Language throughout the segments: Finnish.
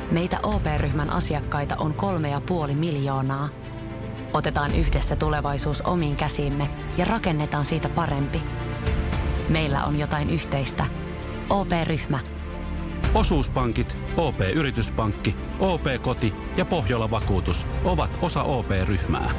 Meitä OP-ryhmän asiakkaita on 3,5 miljoonaa. Otetaan yhdessä tulevaisuus omiin käsiimme ja rakennetaan siitä parempi. Meillä on jotain yhteistä. OP-ryhmä. Osuuspankit, OP-yrityspankki, OP-koti ja Pohjola-vakuutus ovat osa OP-ryhmää.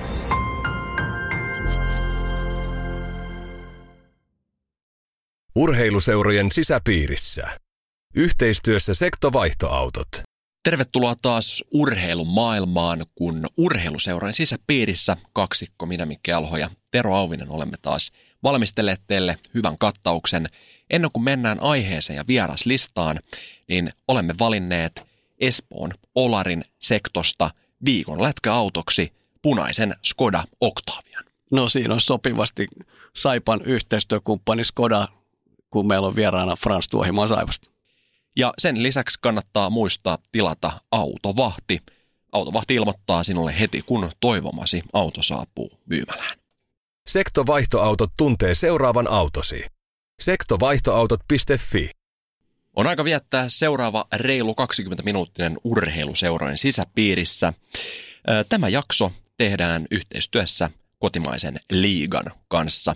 Urheiluseurojen sisäpiirissä. Yhteistyössä Sektovaihtoautot. Tervetuloa taas urheilun maailmaan, kun urheiluseurojen sisäpiirissä kaksikko minä Mikke Alho ja Tero Auvinen olemme taas valmistelleet teille hyvän kattauksen. Ennen kuin mennään aiheeseen ja vieraslistaan, niin olemme valinneet Espoon Olarin sektosta viikon lätkäautoksi punaisen Skoda Octavian. No siinä on sopivasti Saipan yhteistyökumppani Skoda, kun meillä on vieraana Frans Tuohimaa Saipasta. Ja sen lisäksi kannattaa muistaa tilata autovahti. Autovahti ilmoittaa sinulle heti, kun toivomasi auto saapuu myymälään. Sektovaihtoautot tuntee seuraavan autosi. Sektovaihtoautot.fi. On aika viettää seuraava reilu 20-minuuttinen urheiluseurojen sisäpiirissä. Tämä jakso tehdään yhteistyössä kotimaisen liigan kanssa.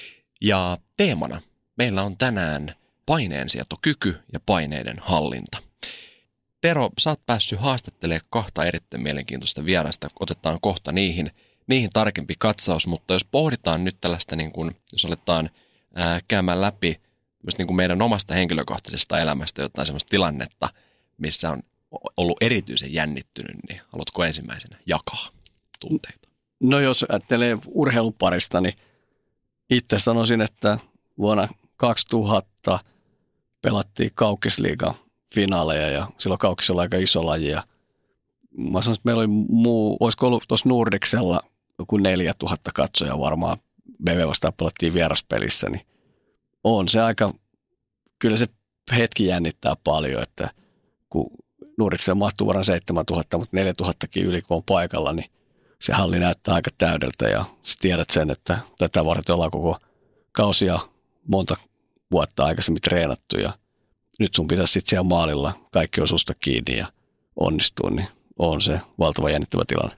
Ja teemana meillä on tänään paineensietokyky ja paineiden hallinta. Tero, sä oot päässyt haastattelemaan kahta erittäin mielenkiintoista vierasta. Otetaan kohta niihin tarkempi katsaus, mutta jos pohditaan nyt tällaista, niin kun, jos aletaan käymään läpi myös niin kuin meidän omasta henkilökohtaisesta elämästä jotain sellaista tilannetta, missä on ollut erityisen jännittynyt, niin haluatko ensimmäisenä jakaa tunteita? No jos ajattelee urheilun parista, niin itse sanoisin, että vuonna 2000 pelattiin Kaukkisliigan finaaleja ja silloin Kaukkis oli aika iso laji. Ja mä sanoisin, että meillä oli olisiko ollut tuossa Nordicsella joku 4000 katsojaa varmaan. BV vastaan pelattiin vieraspelissä, niin on se aika, kyllä se hetki jännittää paljon, että kun Nordicsella mahtuu varmaan 7000, mutta 4000kin yli kun on paikalla, niin se halli näyttää aika täydeltä ja sä tiedät sen, että tätä varten ollaan koko kausia monta vuotta aikaisemmin treenattu ja nyt sun pitäisi sitten siellä maalilla kaikki on susta kiinni ja onnistuu, niin on se valtava jännittävä tilanne.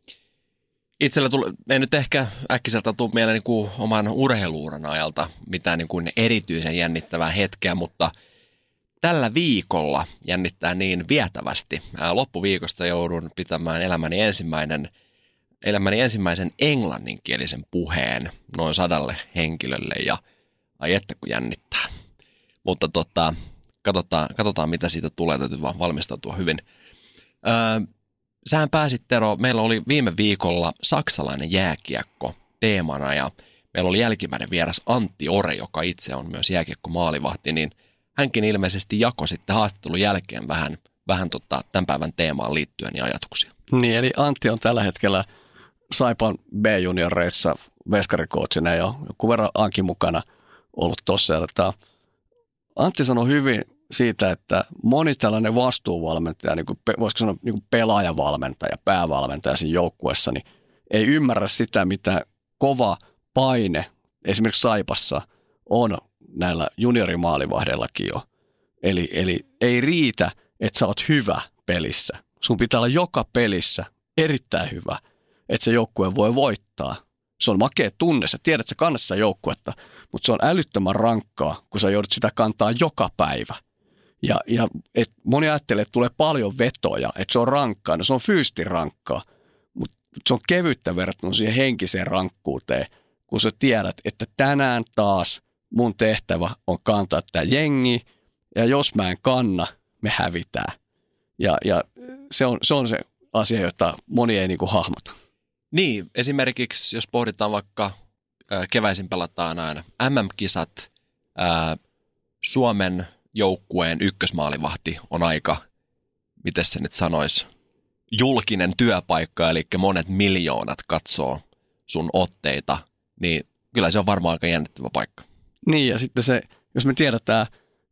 Itsellä ei nyt ehkä äkkiseltä tule mieleen niin kuin oman urheiluuran ajalta mitään niin kuin erityisen jännittävää hetkeä, mutta tällä viikolla jännittää niin vietävästi. Loppuviikosta joudun pitämään elämäni ensimmäisen englanninkielisen puheen noin 100 henkilölle ja ai että kun jännittää. Mutta katsotaan mitä siitä tulee, täytyy vaan valmistautua hyvin. Sähän pääsit, Tero, meillä oli viime viikolla saksalainen jääkiekko teemana ja meillä oli jälkimmäinen vieras Antti Ore, joka itse on myös jääkiekko-maalivahti, niin hänkin ilmeisesti jakoi sitten haastattelun jälkeen vähän tämän päivän teemaan liittyen niin ajatuksia. Niin, eli Antti on tällä hetkellä Saipan B-junioreissa veskarikootsina ja joku verran Ankin mukana ollut tuossa. Antti sanoi hyvin siitä, että moni tällainen vastuuvalmentaja, niin kuin, voisiko sanoa niin kuin pelaajavalmentaja, päävalmentaja siinä joukkueessa, niin ei ymmärrä sitä, mitä kova paine esimerkiksi Saipassa on näillä juniorimaalivahdellakin jo. Eli ei riitä, että sä oot hyvä pelissä. Sun pitää olla joka pelissä erittäin hyvä, että se joukkue voi voittaa. Se on makea tunne, sä tiedät, että sä kannat sitä joukkuetta, mutta se on älyttömän rankkaa, kun sä joudut sitä kantaa joka päivä. Ja moni ajattelee, että tulee paljon vetoja, että se on rankkaa. No se on fyysisesti rankkaa, mutta se on kevyttä verrattuna siihen henkiseen rankkuuteen, kun sä tiedät, että tänään taas mun tehtävä on kantaa tämä jengi, ja jos mä en kanna, me hävitään. Ja se on se asia, jota moni ei niinku hahmota. Niin, esimerkiksi jos pohditaan vaikka keväisin pelataan aina MM-kisat, Suomen joukkueen ykkösmaalivahti on aika, miten se nyt sanoisi, julkinen työpaikka, eli monet miljoonat katsoo sun otteita, niin kyllä se on varmaan aika jännittävä paikka. Niin, ja sitten se, jos me tiedetään,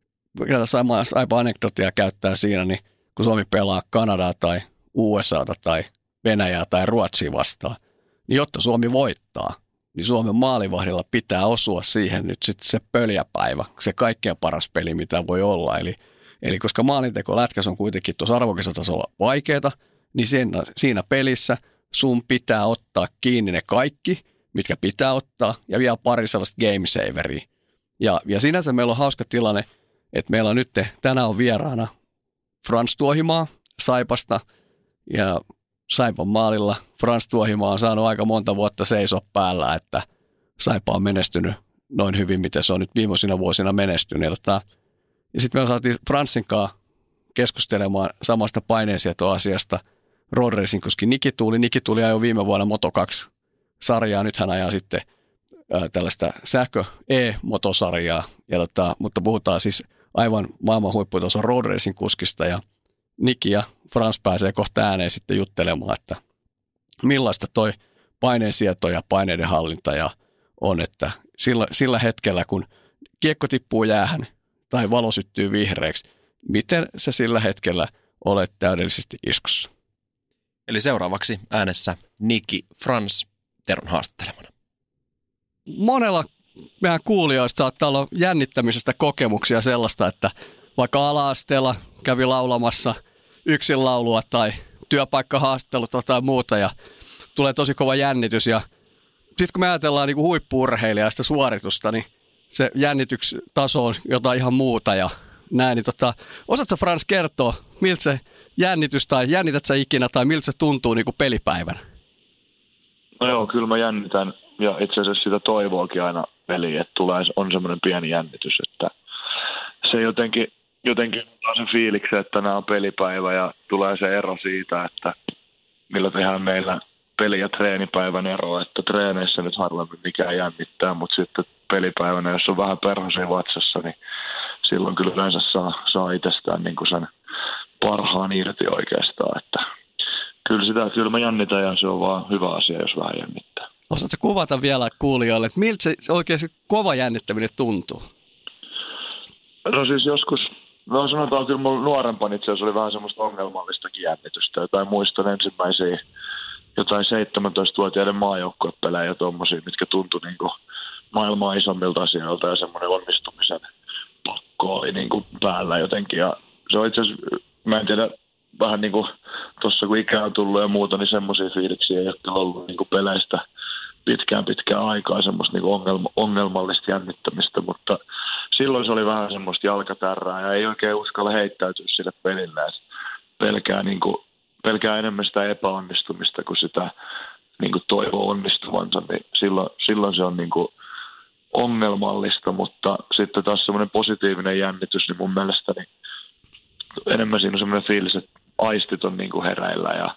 Saipa anekdotia käyttää siinä, niin kun Suomi pelaa Kanadaa tai USAta tai Venäjää tai Ruotsia vastaan, niin jotta Suomi voittaa, niin Suomen maalivahdilla pitää osua siihen nyt sitten se pöljäpäivä, se kaikkein paras peli, mitä voi olla. Eli koska maalinteko lätkäs on kuitenkin tuossa arvokisatasolla vaikeaa, niin siinä pelissä sun pitää ottaa kiinni ne kaikki, mitkä pitää ottaa, ja vielä pari sellaista game saveria. Ja sinänsä meillä on hauska tilanne, että meillä on nyt tänään on vieraana Frans Tuohimaa Saipasta, ja Saipan maalilla Frans Tuohimaa on saanut aika monta vuotta seisoa päällä, että Saipa on menestynyt noin hyvin, miten se on nyt viimeisina vuosina menestynyt. Ja sitten me saatiin Fransin kanssa keskustelemaan samasta paineensietoasiasta road racing, koska Niki Tuuli ajoi viime vuonna Moto2-sarjaa, nyt hän ajaa sitten tällaista sähkö e-motosarjaa, mutta puhutaan siis aivan maailman huipputason road racing kuskista, ja Niki ja Frans pääsee kohta ääneen sitten juttelemaan, että millaista toi paineensieto ja paineiden hallinta on, että sillä hetkellä, kun kiekko tippuu jäähän tai valo syttyy vihreäksi, miten sä sillä hetkellä olet täydellisesti iskussa? Eli seuraavaksi äänessä Niki Frans Teron haastattelemana. Monella meidän kuulijoista saattaa olla jännittämisestä kokemuksia sellaista, että vaikka ala-asteella kävi laulamassa yksin laulua tai työpaikkahaastattelut tai muuta ja tulee tosi kova jännitys. Ja sitten kun me ajatellaan niin kuin huippu-urheilijaista suoritusta, niin se jännitystaso on jotain ihan muuta ja näin. Niin osaatko Frans kertoa, miltä se jännitys tai jännität sä ikinä tai miltä se tuntuu niin kuin pelipäivänä? No joo, kyllä mä jännitän ja itse asiassa sitä toivoakin aina peliin, että on semmoinen pieni jännitys, että se jotenkin on se fiiliksi, että nämä on pelipäivä ja tulee se ero siitä, että millä tehdään meillä peli- ja treenipäivän ero, että treeneissä nyt harvemmin mikään jännittää, mutta sitten pelipäivänä, jos on vähän perhosia vatsassa, niin silloin kyllä yleensä saa itsestään niin kuin sen parhaan irti oikeastaan, että kyllä mä jännitän ja se on vaan hyvä asia, jos vähän jännittää. Osaatko kuvata vielä kuulijoille, että miltä se oikeasti kova jännittäminen tuntuu? No siis joskus, sanotaan kyllä mulla nuorempana itse asiassa oli vähän semmoista ongelmallistakin jännitystä. Jotain muistan ensimmäisiä jotain 17-vuotiaiden maajoukkuepelejä ja tommosia, mitkä tuntui niin kuin maailmaa isommilta asioilta ja semmoinen onnistumisen pakko oli niin kuin päällä jotenkin. Ja se on itse asiassa, mä en tiedä, vähän niin kuin tuossa kun ikää on tullut ja muuta, niin semmoisia fiiliksiä ei ole ollut niin kuin peleistä pitkään aikaa semmoista niin kuin ongelmallista jännittämistä, mutta silloin se oli vähän semmoista jalkatärrää ja ei oikein uskalla heittäytyä sille pelille. Pelkää enemmän sitä epäonnistumista kuin sitä niin kuin toivoo onnistuvansa, niin silloin se on niin kuin ongelmallista, mutta sitten taas semmoinen positiivinen jännitys, niin mun mielestä niin enemmän siinä on semmoinen fiilis, että aistit on niin kuin hereillä ja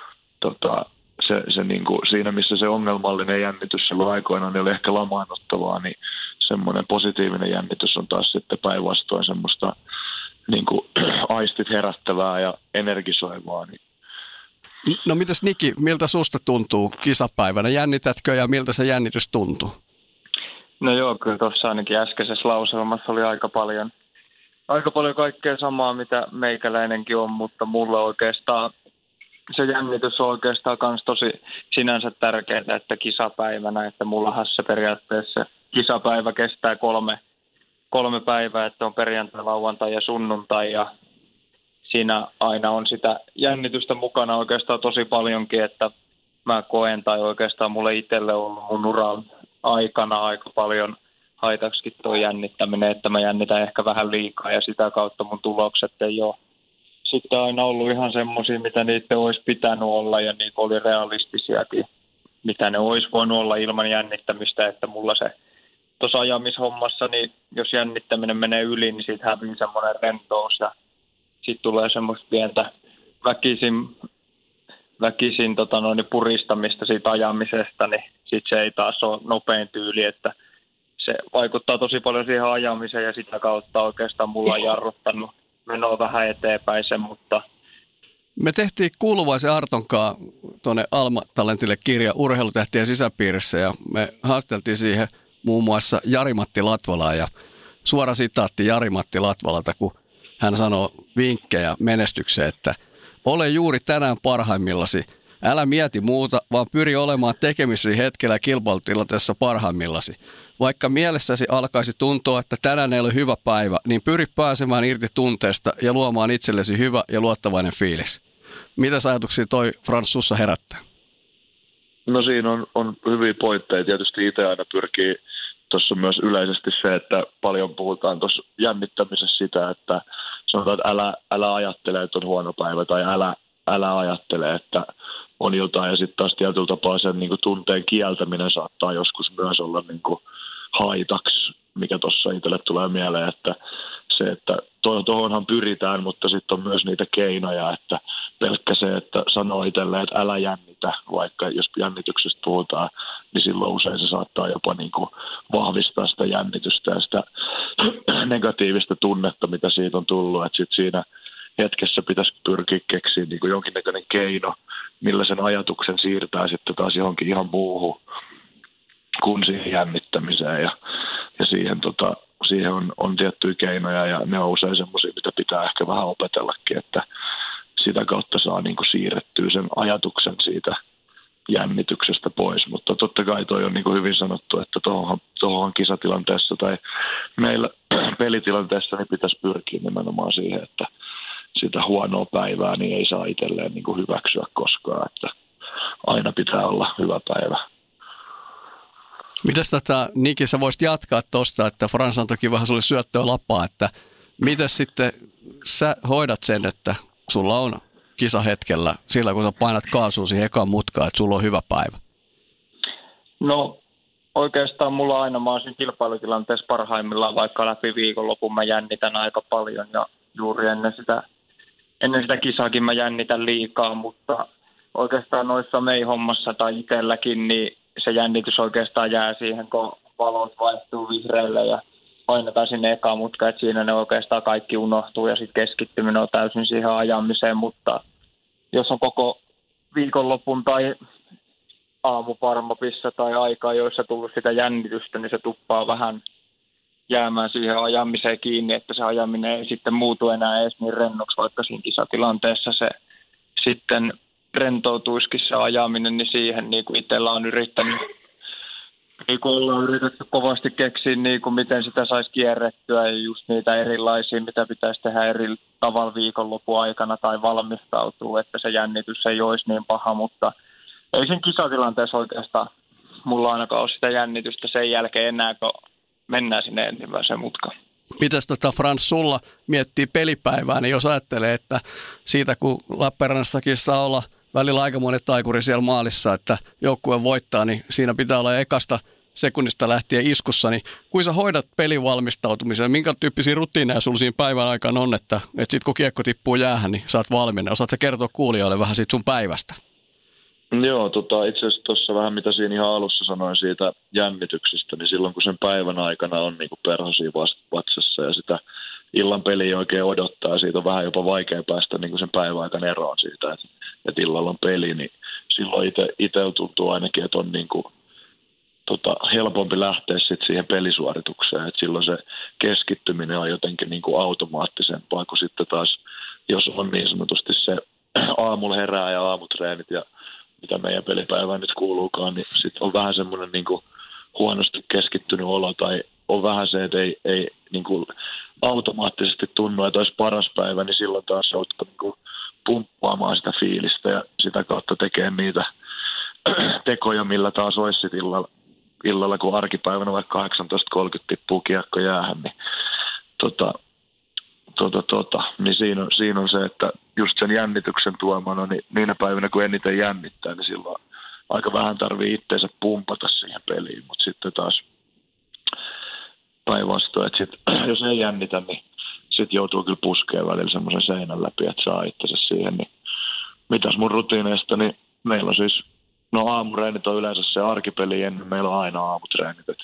se niin kuin, siinä missä se ongelmallinen jännitys silloin aikoinaan niin oli ehkä lamaannuttavaa, niin semmoinen positiivinen jännitys on taas sitten päinvastoin semmoista niin kuin aistit herättävää ja energisoivaa. Niin. No mitäs Niki, miltä susta tuntuu kisapäivänä? Jännitätkö ja miltä se jännitys tuntuu? No joo, kyllä tuossa ainakin äskeisessä lauselmassa oli aika paljon kaikkea samaa, mitä meikäläinenkin on, mutta mulle oikeastaan se jännitys on oikeastaan myös tosi sinänsä tärkeää, että kisapäivänä, että mullahan se periaatteessa kisapäivä kestää kolme päivää, että on perjantai, lauantai ja sunnuntai ja siinä aina on sitä jännitystä mukana oikeastaan tosi paljonkin, että mä koen tai oikeastaan mulle itselle on ollut mun uran aikana aika paljon haitaksikin tuo jännittäminen, että mä jännitän ehkä vähän liikaa ja sitä kautta mun tulokset ei ole sitten aina ollut ihan semmoisia, mitä niitä olisi pitänyt olla ja niitä oli realistisiakin, mitä ne olisi voinut olla ilman jännittämistä, että mulla se tuossa ajamishommassa, niin jos jännittäminen menee yli, niin siitä hävii semmoinen rentous ja sitten tulee semmoista pientä väkisin puristamista siitä ajamisesta, niin sitten se ei taas ole nopein tyyli, että se vaikuttaa tosi paljon siihen ajamiseen ja sitä kautta oikeastaan mulla on jarruttanut menoa vähän eteenpäin sen, mutta me tehtiin Kuuluvaisen Artonkaan tuonne Alma-talentille kirja Urheilutähtien sisäpiirissä ja me haasteltiin siihen muun muassa Jari-Matti Latvalaa ja suora sitaatti Jari-Matti Latvalalta, kun hän sanoo vinkkejä menestykseen, että ole juuri tänään parhaimmillasi, Älä mieti muuta, vaan pyri olemaan tekemisissä hetkellä kilpailutilanteessa parhaimmillasi. Vaikka mielessäsi alkaisi tuntua, että tänään ei ole hyvä päivä, niin pyri pääsemään irti tunteesta ja luomaan itsellesi hyvä ja luottavainen fiilis. Mitä ajatuksia toi Frans sussa herättää? No siinä on hyviä pointteja. Tietysti itse aina pyrkii tuossa myös yleisesti se, että paljon puhutaan tuossa jännittämisessä sitä, että sanotaan, että älä ajattele, että on huono päivä tai älä ajattele, että on jotain. Ja sitten taas tietyllä tapaa sen niin kuin tunteen kieltäminen saattaa joskus myös olla niin kuin haitaksi, mikä tuossa itselle tulee mieleen, että se, että tuohonhan pyritään, mutta sitten on myös niitä keinoja, että pelkkä se, että sanoo itselleen, että älä jännitä, vaikka jos jännityksestä puhutaan, niin silloin usein se saattaa jopa niin kuin vahvistaa sitä jännitystä ja sitä negatiivista tunnetta, mitä siitä on tullut, että sitten siinä hetkessä pitäisi pyrkiä keksiä niin kuin jonkinnäköinen keino, millä sen ajatuksen siirtää sitten taas johonkin ihan muuhun kuin siihen jännittämiseen ja siihen on tiettyjä keinoja ja ne on usein semmoisia, mitä pitää ehkä vähän opetellakin, että sitä kautta saa niin kuin siirrettyä sen ajatuksen siitä jännityksestä pois, mutta totta kai toi on niin kuin hyvin sanottu, että tuohon kisatilanteessa tai meillä pelitilanteessa niin pitäisi pyrkiä nimenomaan siihen, että sitä huonoa päivää niin ei saa itselleen niin kuin hyväksyä koskaan, että aina pitää olla hyvä päivä. Mitäs Niki, sä voisit jatkaa tuosta, että Frans on toki vähän sulle syöttöä lapaa, että miten sitten sä hoidat sen, että sulla on kisahetkellä sillä, kun sä painat kaasua siihen ekaan mutkaan, että sulla on hyvä päivä? No oikeastaan mulla aina, mä oon siinä kilpailutilanteessa parhaimmillaan, vaikka läpi viikonlopun mä jännitän aika paljon ja juuri ennen sitä kisaakin mä jännitän liikaa, mutta oikeastaan noissa meihommassa tai itselläkin, niin se jännitys oikeastaan jää siihen, kun valot vaihtuu vihreälle ja painetaan sinne ekaan mutka, että siinä ne oikeastaan kaikki unohtuu ja sitten keskittyminen on täysin siihen ajamiseen, mutta jos on koko viikonlopun tai aamuparmopissa tai aikaa, joissa tullut sitä jännitystä, niin se tuppaa vähän jäämään siihen ajamiseen kiinni, että se ajaminen ei sitten muutu enää edes niin rennoksi, vaikka siinä kisatilanteessa se sitten rentoutuisikin se ajaminen, niin siihen niin kuin itsellä on yrittänyt, niin kuin ollaan yritetty kovasti keksiä, niin kuin miten sitä saisi kierrettyä ja just niitä erilaisia, mitä pitäisi tehdä eri tavalla viikonlopun aikana tai valmistautua, että se jännitys ei olisi niin paha, mutta ei siinä kisatilanteessa oikeastaan mulla ainakaan ole sitä jännitystä sen jälkeen enää, kun mennään sinne ensimmäiseen mutkaan. Mitäs Frans sulla miettii pelipäivää, niin jos ajattelee, että siitä kun Lappeenrannassakin saa olla välillä aikamoinen taikuri siellä maalissa, että joukkue voittaa, niin siinä pitää olla ekasta sekunnista lähtien iskussa, niin kun sä hoidat pelin valmistautumisen, minkä tyyppisiä rutiineja sulla siinä päivän aikana on, että sit kun kiekko tippuu jäähän, niin sä oot valmiina. Osaat sä kertoa kuulijoille vähän siitä sun päivästä? Joo, itse asiassa tuossa vähän mitä siinä ihan alussa sanoin siitä jännityksestä, niin silloin kun sen päivän aikana on niin kuin perhosia vatsassa ja sitä illan peliä oikein odottaa, siitä on vähän jopa vaikea päästä niin kuin sen päivän aikana eroon siitä, että illalla on peli, niin silloin itsellä tuntuu ainakin, että on niin kuin, helpompi lähteä sitten siihen pelisuoritukseen, että silloin se keskittyminen on jotenkin niin kuin automaattisempaa kuin sitten taas, jos on niin sanotusti se aamulla herää ja aamutreenit ja mitä meidän pelipäivään nyt kuuluukaan, niin sitten on vähän semmoinen niin kuin huonosti keskittynyt olo tai on vähän se, että ei niin kuin automaattisesti tunnu, että olisi paras päivä, niin silloin taas joutuu niin kuin pumppaamaan sitä fiilistä ja sitä kautta tekee niitä tekoja, millä taas olisi sitten illalla, kun arkipäivänä vaikka 18.30 tippuu kiekko jäähän, niin niin siinä on se, että just sen jännityksen tuomana, niin niinä päivinä kun eniten jännittää, niin silloin aika vähän tarvii itseensä pumpata siihen peliin, mutta sitten taas päinvastoin, että jos ei jännitä, niin sitten joutuu kyllä puskemaan välillä semmoisen seinän läpi, että saa itsensä siihen. Niin mitäs mun rutiineista, niin meillä on siis, aamureenit on yleensä se arkipeli ennen, meillä on aina aamutreenit, että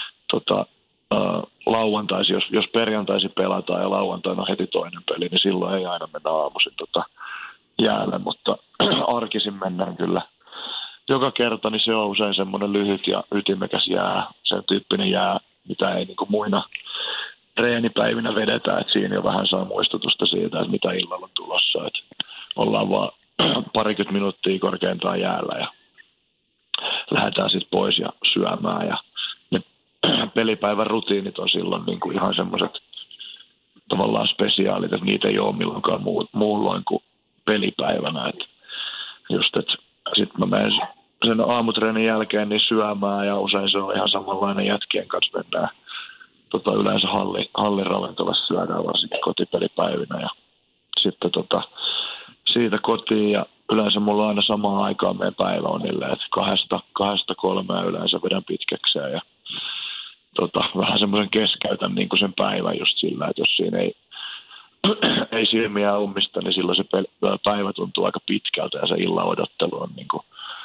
lauantaisi, jos perjantaisin pelataan ja lauantaina on heti toinen peli, niin silloin ei aina mennä aamuisin jäälle, mutta arkisin mennään kyllä. Joka kerta niin se on usein semmoinen lyhyt ja ytimekäs jää, sen tyyppinen jää, mitä ei niin kuin muina treenipäivinä vedetään, että siinä jo vähän saa muistutusta siitä, että mitä illalla on tulossa, että ollaan vaan parikymmentä minuuttia korkeintaan jäällä ja lähdetään sitten pois ja syömään. Ja ne pelipäivän rutiinit on silloin niin kuin ihan semmoiset tavallaan spesiaalit, että niitä ei ole milloinkaan muulloin kuin pelipäivänä. Sitten mä menen sen aamutreenin jälkeen niin syömään ja usein se on ihan samanlainen jätkien kanssa mennään. Yleensä hallin ravintolassa syödään varsinkin kotipelipäivinä ja sitten siitä kotiin ja yleensä mulla on aina samaan aikaan meidän päiväunille, että 2-3 yleensä vedän pitkäkseen ja vähän semmoisen keskeytän niin kuin sen päivän just sillä, että jos siinä ei silmiä ummista, niin silloin se päivä tuntuu aika pitkältä ja se illan odottelu on niin kuin,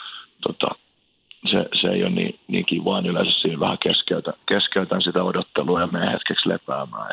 se ei ole niin kivaa, niin yleensä siinä vähän keskeytän sitä odottelua ja menen hetkeksi lepäämään.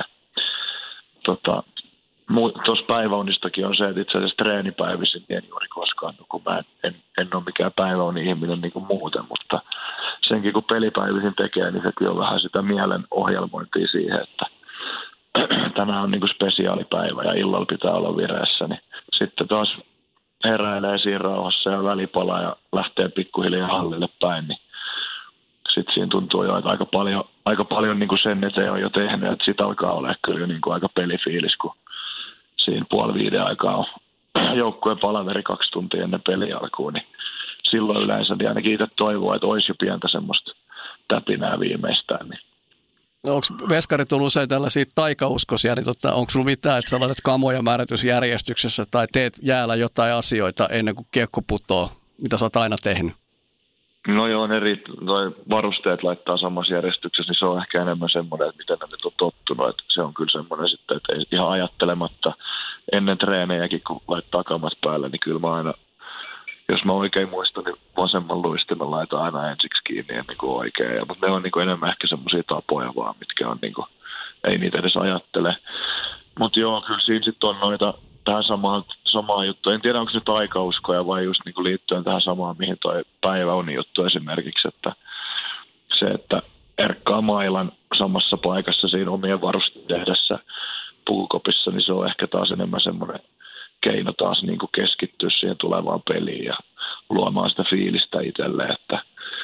Tuossa päiväunistakin on se, että itse asiassa treenipäivisin en juuri koskaan, kun mä en ole mikään päiväuni-ihminen niin kuin muuten, mutta senkin kun pelipäivisin tekee, niin sekin on vähän sitä mielen ohjelmointia siihen, että tänään on niin kuin spesiaalipäivä ja illalla pitää olla vireessä, niin sitten taas heräilee siinä rauhassa ja välipala ja lähtee pikkuhiljaa hallille päin, niin sitten siinä tuntuu jo, että aika paljon niin kuin sen eteen on jo tehnyt, että sitten alkaa olla kyllä jo niin kuin aika pelifiilis, kun siinä 4:30 aikaa on joukkueen palaveri 2 tuntia ennen peli alkuun, niin silloin yleensä niin ainakin itse toivoo, että olisi jo pientä semmoista täpinää viimeistään. Niin. Onko veskarit tullut usein tällaisia taikauskoisia, niin onko sulla mitään, että sä laitat kamoja määrätysjärjestyksessä tai teet jäällä jotain asioita ennen kuin kiekko putoo, mitä sä oot aina tehnyt? No joo, noi varusteet laittaa samassa järjestyksessä, niin se on ehkä enemmän semmoinen, että miten ne nyt on tottunut. Että se on kyllä semmoinen sitten, että ei ihan ajattelematta ennen treenejäkin, kun laittaa kamat päälle, niin kyllä mä aina, jos mä oikein muistan, niin vasemman luistimen laitan aina ensiksi kiinni ennen kuin oikein. Mutta ne on niin kuin enemmän ehkä semmoisia tapoja vaan, mitkä on niin kuin, ei niitä edes ajattele. Mutta joo, kyllä siinä sitten on noita tähän samaan juttuun. En tiedä, onko se taikauskoja vai just niin kuin liittyen tähän samaan, mihin toi päiväuni juttu esimerkiksi, että se, että erkkaa mailan samassa paikassa siinä omien varustehdessä puukopissa, niin se on ehkä taas enemmän semmoinen keino taas niin kuin keskittyä siihen tulevaan peliin ja luomaan sitä fiilistä itselleen, että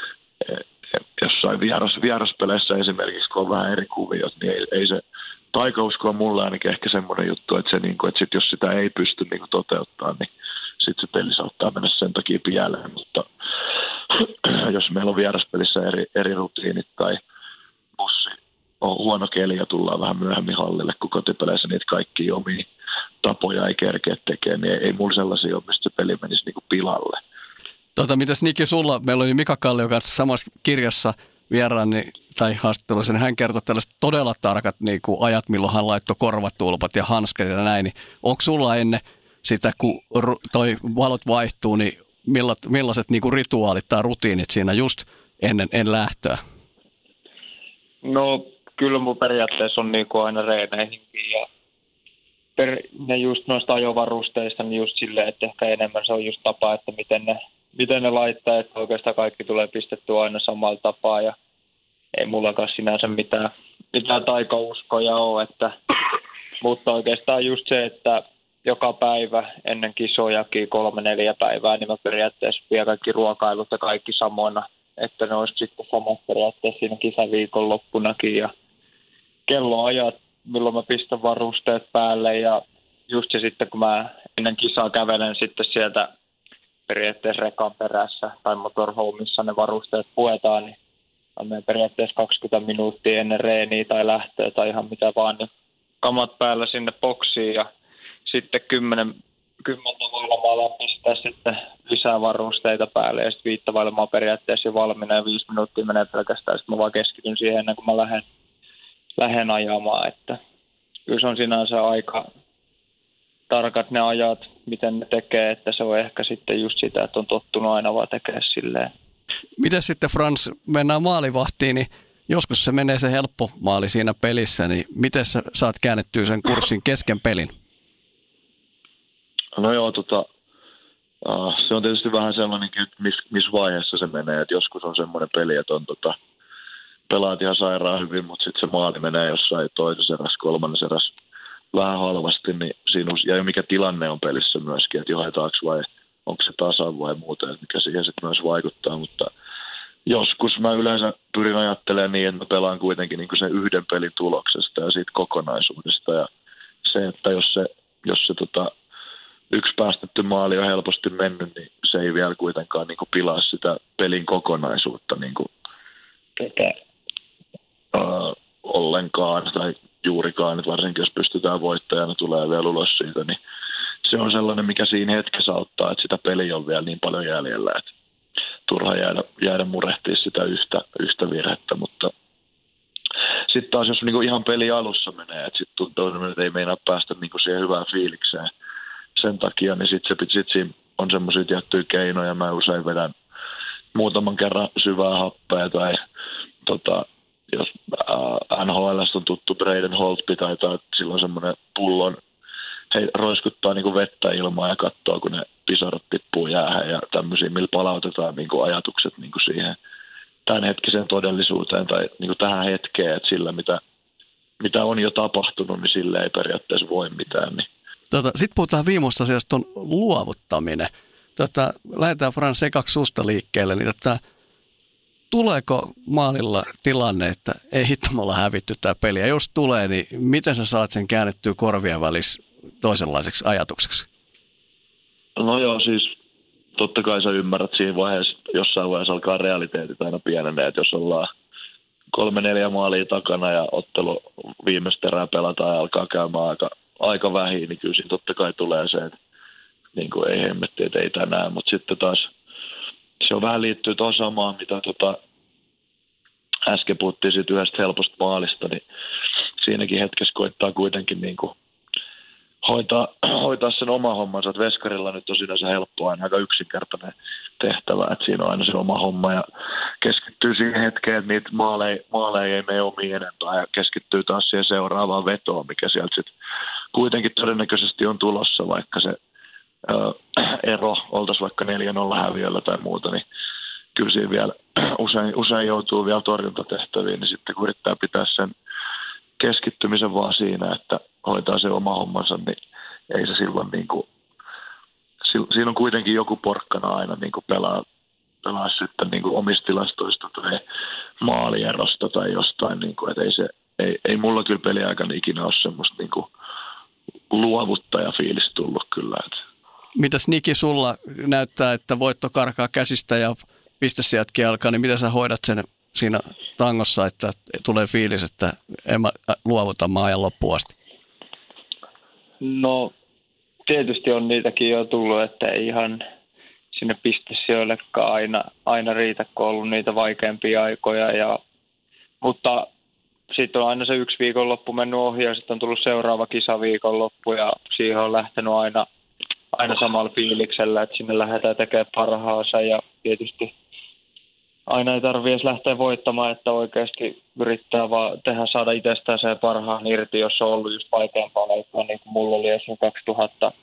jossain vieraspeleissä esimerkiksi, kun on vähän eri kuviot, niin ei se taikausko on mulle ainakin ehkä semmoinen juttu, että, että sit jos sitä ei pysty niin toteuttaa, niin sitten se peli saattaa mennä sen takia pieleen. Mutta jos meillä on vieraspelissä eri rutiinit tai bussi on huono keli ja tullaan vähän myöhemmin hallille, kun kotipeleissä niitä kaikki omia tapoja ei kerkeä tekemään, niin ei mulla sellaisia ole, mistä se peli menisi niin pilalle. Mitäs Niki sulla? Meillä oli Mika Kallio kanssa samassa kirjassa vieraani tai haastattelussa, niin hän kertoi tällaiset todella tarkat niin kuin ajat, milloin hän laittoi korvatulpat ja hanskat ja näin. Niin onko sulla ennen sitä, kun toi valot vaihtuu, niin millaiset niin kuin rituaalit tai rutiinit siinä just ennen lähtöä? No kyllä mun periaatteessa on niin kuin aina reeneihinkin ja just noista ajovarusteista niin just silleen, että ehkä enemmän se on just tapa, että miten ne laittaa, että oikeastaan kaikki tulee pistettyä aina samalla tapaa ja ei mullakaan sinänsä mitään taikauskoja ole, mutta oikeastaan just se, että joka päivä ennen kisojakin 3-4 päivää, niin mä periaatteessa vien kaikki ruokailut ja kaikki samoina, että ne olisi sitten samassa periaatteessa siinä kisaviikon loppunakin ja kelloajat, milloin mä pistän varusteet päälle ja just se sitten, kun mä ennen kisaa kävelen sitten sieltä periaatteessa rekan perässä tai motorhomeissa ne varusteet puetaan, niin on periaatteessa 20 minuuttia ennen reeniä tai lähtöä tai ihan mitä vaan, niin kamat päällä sinne boksiin ja sitten 10 vailla mä alan pistää sitten lisää varusteita päälle ja sitten 5 vailla mä oon periaatteessa jo valmiina ja 5 minuuttia menee pelkästään, sitten mä vaan keskityn siihen ennen kuin mä lähden ajamaan, että kyllä se on sinänsä aika tarkat ne ajat, miten ne tekee, että se on ehkä sitten just sitä, että on tottunut aina vaan tekemään silleen. Miten sitten Frans, mennään maalivahtiin, niin joskus se menee se helppo maali siinä pelissä, niin miten sä saat käännettyä sen kurssin kesken pelin? No joo, se on tietysti vähän sellainenkin, että missä vaiheessa se menee, että joskus on semmoinen peli, että on pelaat ihan sairaan hyvin, mutta sitten se maali menee jossain toisessa erässä, kolmannessa erässä vähän halvasti, niin siinä ja mikä tilanne on pelissä myöskin, että johetaanko vai onko se tasa vai muuta, mikä siihen sitten myös vaikuttaa, mutta joskus mä yleensä pyrin ajattelemaan niin, että mä pelaan kuitenkin niin kuin sen yhden pelin tuloksesta ja siitä kokonaisuudesta ja se, että jos se yksi päästetty maali on helposti mennyt, niin se ei vielä kuitenkaan niin kuin pilaa sitä pelin kokonaisuutta niin kuin, ollenkaan tai juurikaan, että varsinkin jos pystytään voittajana tulee vielä ulos siitä, niin se on sellainen, mikä siinä hetkessä auttaa, että sitä peliä on vielä niin paljon jäljellä, että turha jäädä murehtia sitä yhtä virhettä, mutta sitten taas jos niinku ihan peli alussa menee, että sitten tuntuu, että ei meinaa päästä niinku siihen hyvään fiilikseen sen takia, niin sitten siinä on semmoisia tiettyjä keinoja. Mä usein vedän muutaman kerran syvää happea tai jos NHL:stä on tuttu Braden Holtby taitaa, että silloin semmoinen pullon roiskuttaa niinku vettä ilmaan ja katsoo, kun ne pisarat tippuu jäähän ja tämmöisiä, millä palautetaan niinku ajatukset niinku siihen tämänhetkiseen todellisuuteen tai niinku tähän hetkeen, että sillä mitä on jo tapahtunut, niin sille ei periaatteessa voi mitään. Niin. Sitten puhutaan viimeistä asiasta, on luovuttaminen. Lähdetään Frans ekaksi susta liikkeelle, niin tuleeko maalilla tilanne, että ei hitto, me ollaan hävitty tämä peli, ja jos tulee, niin miten sä saat sen käännettyä korvien välissä toisenlaiseksi ajatukseksi? No joo, siis totta kai sä ymmärrät siinä vaiheessa, jossain vaiheessa alkaa realiteetit aina pienenee, että jos ollaan 3-4 maalia takana ja ottelu viimeistä erää pelataan ja alkaa käymään aika vähin, niin kyllä siinä totta kai tulee se, että niin kuin ei hemmetti, että ei tänään, mutta sitten taas se on vähän liittyy tuohon samaan, mitä äsken puhuttiin siitä yhdestä helposta maalista, niin siinäkin hetkessä koittaa kuitenkin niin kuin hoitaa sen oma hommansa, että veskarilla nyt on sinänsä helppoa, aina aika yksinkertainen tehtävä, että siinä on aina se oma homma ja keskittyy siihen hetkeen, että niitä maaleja ei mene omiin enempää ja keskittyy taas siihen seuraavaan vetoon, mikä sieltä sitten kuitenkin todennäköisesti on tulossa, vaikka se ero oltaisiin vaikka 4-0 häviöllä tai muuta, niin kyllä siinä vielä usein joutuu vielä torjuntatehtäviin, niin sitten kun yrittää pitää sen keskittymisen vaan siinä, että hoitaa se oma hommansa, niin ei se silloin niin kuin, siinä on kuitenkin joku porkkana aina niin kuin pelaa sitten niin kuin omista tilastoista tai maalierosta tai jostain, niin kuin, että ei mulla kyllä peliaikana ikinä ole semmoista niin kuin luovuttajafiilistä tullut kyllä. Mitäs Niki sulla näyttää, että voitto karkaa käsistä ja pistesijätkin alkaa, niin miten sä hoidat sen siinä tangossa, että tulee fiilis, että en mä luovuta maajan loppuun asti? No tietysti on niitäkin jo tullut, että ei ihan sinne pistesijoillekaan aina riitä, kun on ollut niitä vaikeampia aikoja. Mutta sitten on aina se yksi viikonloppu mennyt ohi ja sitten on tullut seuraava kisaviikonloppu ja siihen on lähtenyt aina samalla fiiliksellä, että sinne lähdetään tekemään parhaansa ja tietysti aina ei tarvitse edes lähteä voittamaan, että oikeasti yrittää vaan saada itsestään sen parhaan irti, jos on ollut just vaikeampaa aikaa, niin kuin mulla oli esimerkiksi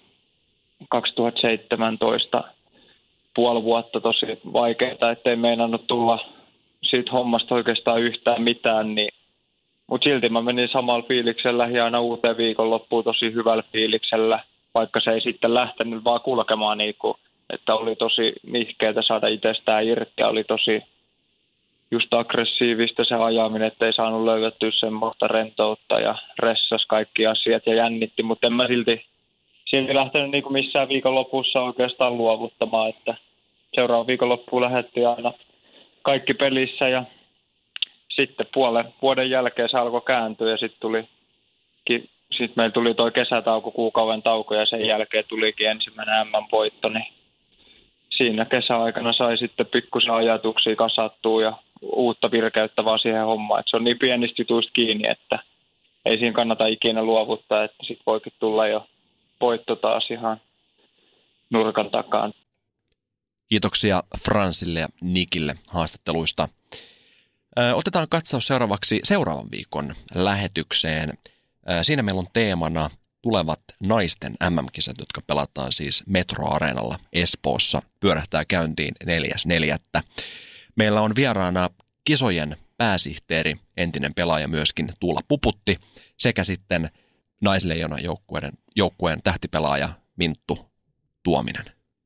2017 puoli vuotta tosi vaikeaa, ettei meinannut tulla siitä hommasta oikeastaan yhtään mitään, niin mutta silti mä menin samalla fiiliksellä ja aina uuteen viikonloppuun tosi hyvällä fiiliksellä, vaikka se ei sitten lähtenyt vaan kulkemaan niin kuin, että oli tosi nihkeätä saada itsestään irti ja oli tosi just aggressiivista se ajaminen, että ei saanut löydettyä semmoista rentoutta ja ressas kaikki asiat ja jännitti, mutta en mä silti lähtenyt niin kuin missään viikonlopussa oikeastaan luovuttamaan, että seuraavan viikonloppuun lähdettiin aina kaikki pelissä ja sitten puolen vuoden jälkeen se alkoi kääntyä ja sitten meillä tuli toi kesätauko, kuukauden tauko ja sen jälkeen tulikin ensimmäinen MM-voitto, niin siinä kesäaikana sai sitten pikkusen ajatuksia kasattua ja uutta virkeyttävää siihen hommaan, että se on niin pienistä jutuista kiinni, että ei siinä kannata ikinä luovuttaa, että sitten voikin tulla jo voitto taas ihan nurkan takaan. Kiitoksia Fransille ja Nikille haastatteluista. Otetaan katsaus seuraavaksi seuraavan viikon lähetykseen. Siinä meillä on teemana tulevat naisten MM-kisat, jotka pelataan siis Metro-areenalla Espoossa. Pyörähtää käyntiin 4.4. Meillä on vieraana kisojen pääsihteeri, entinen pelaaja myöskin Tuula Puputti, sekä sitten naisleijona joukkueen tähtipelaaja Minttu Tuominen.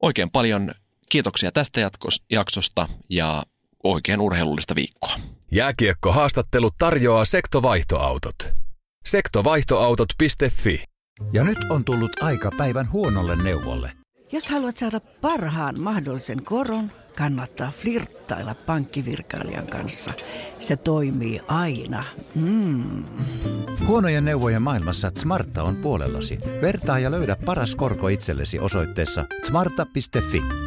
Oikein paljon kiitoksia tästä jaksosta ja oikein urheilullista viikkoa. Jääkiekkohaastattelut tarjoaa Sektovaihtoautot. Sektovaihtoautot.fi. Ja nyt on tullut aika päivän huonolle neuvolle. Jos haluat saada parhaan mahdollisen koron, kannattaa flirttailla pankkivirkailijan kanssa. Se toimii aina. Huonojen neuvojen maailmassa Smarta on puolellasi. Vertaa ja löydä paras korko itsellesi osoitteessa smarta.fi.